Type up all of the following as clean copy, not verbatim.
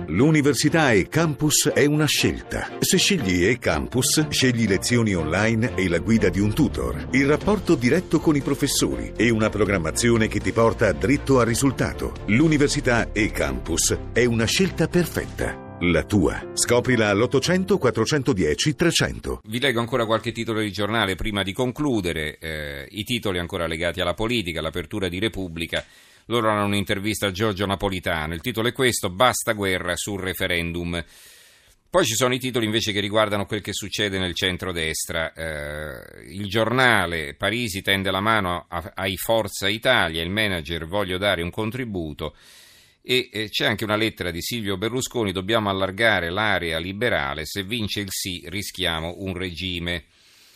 L'università e-Campus è una scelta. Se scegli e-Campus, scegli lezioni online e la guida di un tutor, il rapporto diretto con i professori e una programmazione che ti porta dritto al risultato. L'università e-Campus è una scelta perfetta. La tua. Scoprila all'800 410 300. Vi leggo ancora qualche titolo di giornale prima di concludere. I titoli ancora legati alla politica, all'apertura di Repubblica. Loro hanno un'intervista a Giorgio Napolitano. Il titolo è questo: basta guerra sul referendum. Poi ci sono i titoli invece che riguardano quel che succede nel centrodestra. Il giornale: Parisi tende la mano ai Forza Italia, il manager: voglio dare un contributo. E c'è anche una lettera di Silvio Berlusconi: dobbiamo allargare l'area liberale, se vince il sì rischiamo un regime.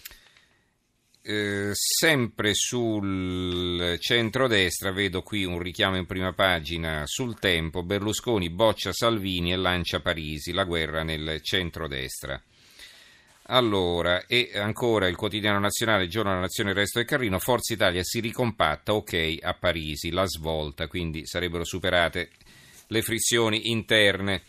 Sempre sul centrodestra vedo qui un richiamo in prima pagina sul Tempo: Berlusconi boccia Salvini e lancia Parisi, la guerra nel centrodestra. Allora, e ancora il Quotidiano Nazionale, Giorno della Nazione, Il Resto e Carlino: Forza Italia si ricompatta, ok a Parisi, la svolta, quindi sarebbero superate le frizioni interne.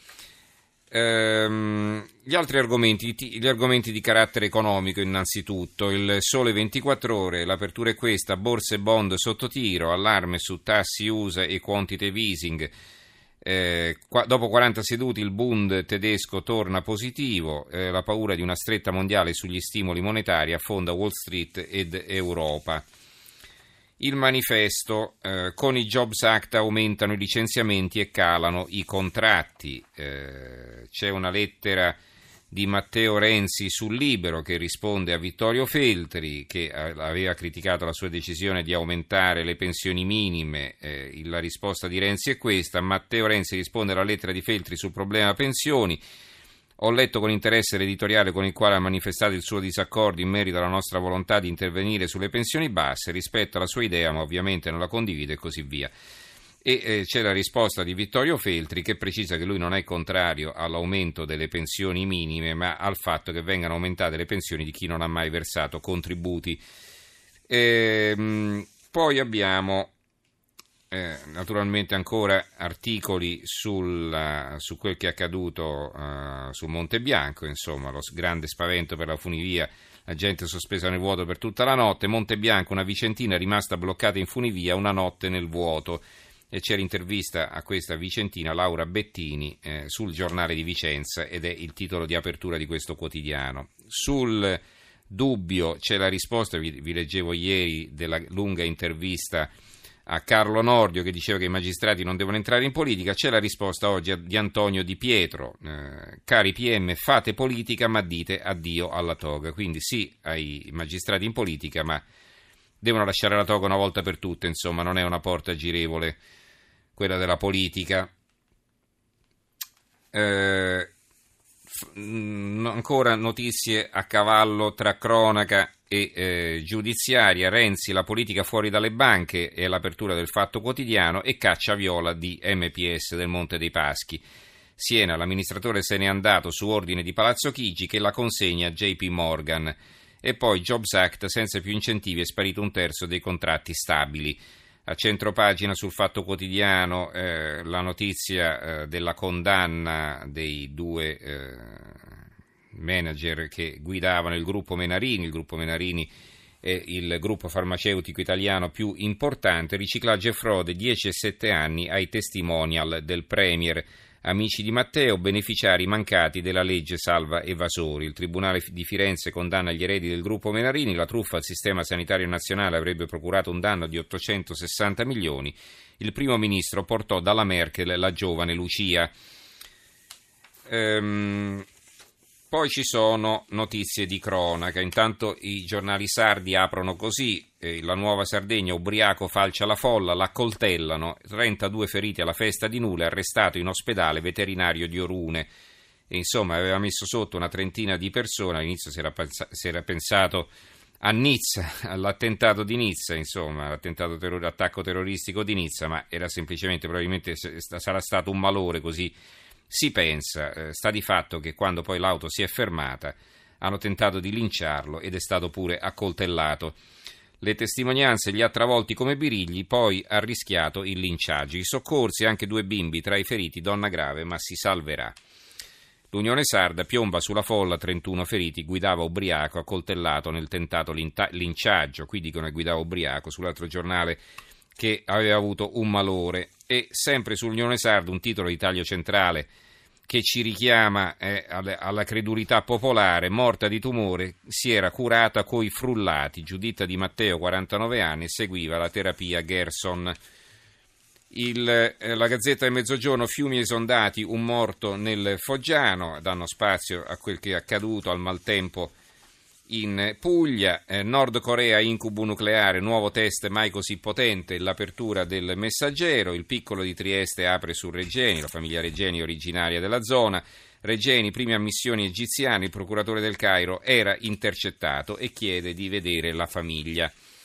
Gli altri argomenti, gli argomenti di carattere economico innanzitutto. Il Sole 24 Ore, l'apertura è questa: borse e bond sotto tiro, allarme su tassi USA e quantitative easing. Dopo 40 seduti il Bund tedesco torna positivo, la paura di una stretta mondiale sugli stimoli monetari affonda Wall Street ed Europa. Il Manifesto: con i Jobs Act aumentano i licenziamenti e calano i contratti. C'è una lettera di Matteo Renzi sul Libero che risponde a Vittorio Feltri, che aveva criticato la sua decisione di aumentare le pensioni minime. La risposta di Renzi è questa: Matteo Renzi risponde alla lettera di Feltri sul problema pensioni. Ho letto con interesse l'editoriale con il quale ha manifestato il suo disaccordo in merito alla nostra volontà di intervenire sulle pensioni basse, rispetto alla sua idea ma ovviamente non la condivido, e così via. E c'è la risposta di Vittorio Feltri, che precisa che lui non è contrario all'aumento delle pensioni minime, ma al fatto che vengano aumentate le pensioni di chi non ha mai versato contributi. Poi abbiamo naturalmente ancora articoli su quel che è accaduto su Monte Bianco, insomma, lo grande spavento per la funivia, la gente sospesa nel vuoto per tutta la notte. Monte Bianco, una vicentina rimasta bloccata in funivia una notte nel vuoto. E c'è l'intervista a questa vicentina, Laura Bettini, sul Giornale di Vicenza, ed è il titolo di apertura di questo quotidiano. Sul dubbio c'è la risposta, vi leggevo ieri, della lunga intervista a Carlo Nordio che diceva che i magistrati non devono entrare in politica. C'è la risposta oggi di Antonio Di Pietro: cari PM, fate politica ma dite addio alla toga. Quindi sì ai magistrati in politica, ma devono lasciare la toga una volta per tutte, insomma, non è una porta girevole quella della politica. Ancora notizie a cavallo tra cronaca e giudiziaria. Renzi: la politica fuori dalle banche, è l'apertura del Fatto Quotidiano, e caccia viola di MPS del Monte dei Paschi. Siena: l'amministratore se n'è andato su ordine di Palazzo Chigi, che la consegna a JP Morgan. E poi Jobs Act, senza più incentivi è sparito un terzo dei contratti stabili. A centropagina sul Fatto Quotidiano la notizia della condanna dei due manager che guidavano il gruppo Menarini. Il gruppo Menarini è il gruppo farmaceutico italiano più importante. Riciclaggio e frode, 10 e 7 anni ai testimonial del Premier. Amici di Matteo, beneficiari mancati della legge salva evasori. Il Tribunale di Firenze condanna gli eredi del gruppo Menarini. La truffa al sistema sanitario nazionale avrebbe procurato un danno di 860 milioni. Il primo ministro portò dalla Merkel la giovane Lucia. Poi ci sono notizie di cronaca. Intanto i giornali sardi aprono così: la Nuova Sardegna, ubriaco falcia la folla, l'accoltellano, 32 feriti alla festa di Nule, arrestato in ospedale veterinario di Orune. E insomma aveva messo sotto una trentina di persone. All'inizio si era pensato a Nizza, all'attentato di Nizza, insomma, l'attacco terroristico di Nizza, ma era semplicemente, probabilmente sarà stato un malore, così si pensa. Sta di fatto che quando poi l'auto si è fermata hanno tentato di linciarlo ed è stato pure accoltellato. le testimonianze li ha travolti come birigli, poi ha rischiato il linciaggio. I soccorsi, anche 2 bimbi tra i feriti, donna grave ma si salverà. L'Unione Sarda piomba sulla folla, 31 feriti, guidava ubriaco, accoltellato nel tentato linciaggio. Qui dicono che guidava ubriaco, sull'altro giornale che aveva avuto un malore. E sempre sull'Unione Sarda un titolo di taglio centrale che ci richiama alla credulità popolare. Morta di tumore, si era curata coi frullati. Giuditta Di Matteo, 49 anni, seguiva la terapia Gerson. La Gazzetta del Mezzogiorno, fiumi esondati, un morto nel Foggiano, danno spazio a quel che è accaduto al maltempo in Puglia. Nord Corea, incubo nucleare, nuovo test mai così potente, l'apertura del Messaggero. Il piccolo di Trieste apre su Regeni, la famiglia Regeni originaria della zona. Regeni, prime ammissioni egiziane, il procuratore del Cairo era intercettato e chiede di vedere la famiglia.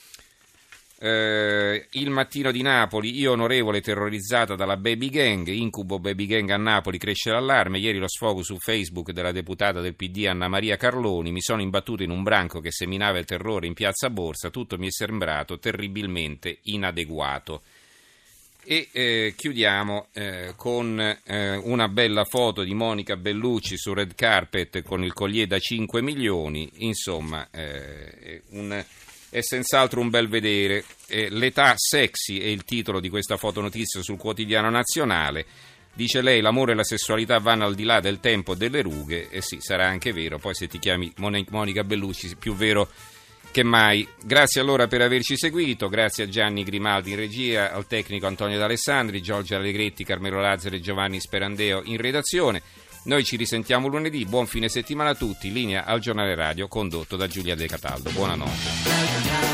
Il Mattino di Napoli, io onorevole terrorizzata dalla baby gang, incubo baby gang a Napoli, cresce l'allarme. Ieri lo sfogo su Facebook della deputata del PD Anna Maria Carloni, mi sono imbattuto in un branco che seminava il terrore in piazza Borsa, tutto mi è sembrato terribilmente inadeguato. E chiudiamo con una bella foto di Monica Bellucci su red carpet con il collier da 5 milioni, insomma è senz'altro un bel vedere. L'età sexy è il titolo di questa fotonotizia sul Quotidiano Nazionale. Dice lei, l'amore e la sessualità vanno al di là del tempo e delle rughe. E sì, sarà anche vero, poi se ti chiami Monica Bellucci più vero che mai. Grazie allora per averci seguito, grazie a Gianni Grimaldi in regia, al tecnico Antonio D'Alessandri, Giorgio Allegretti, Carmelo Lazzaro e Giovanni Sperandeo in redazione. Noi ci risentiamo lunedì, buon fine settimana a tutti, linea al giornale radio condotto da Giulia De Cataldo. Buonanotte.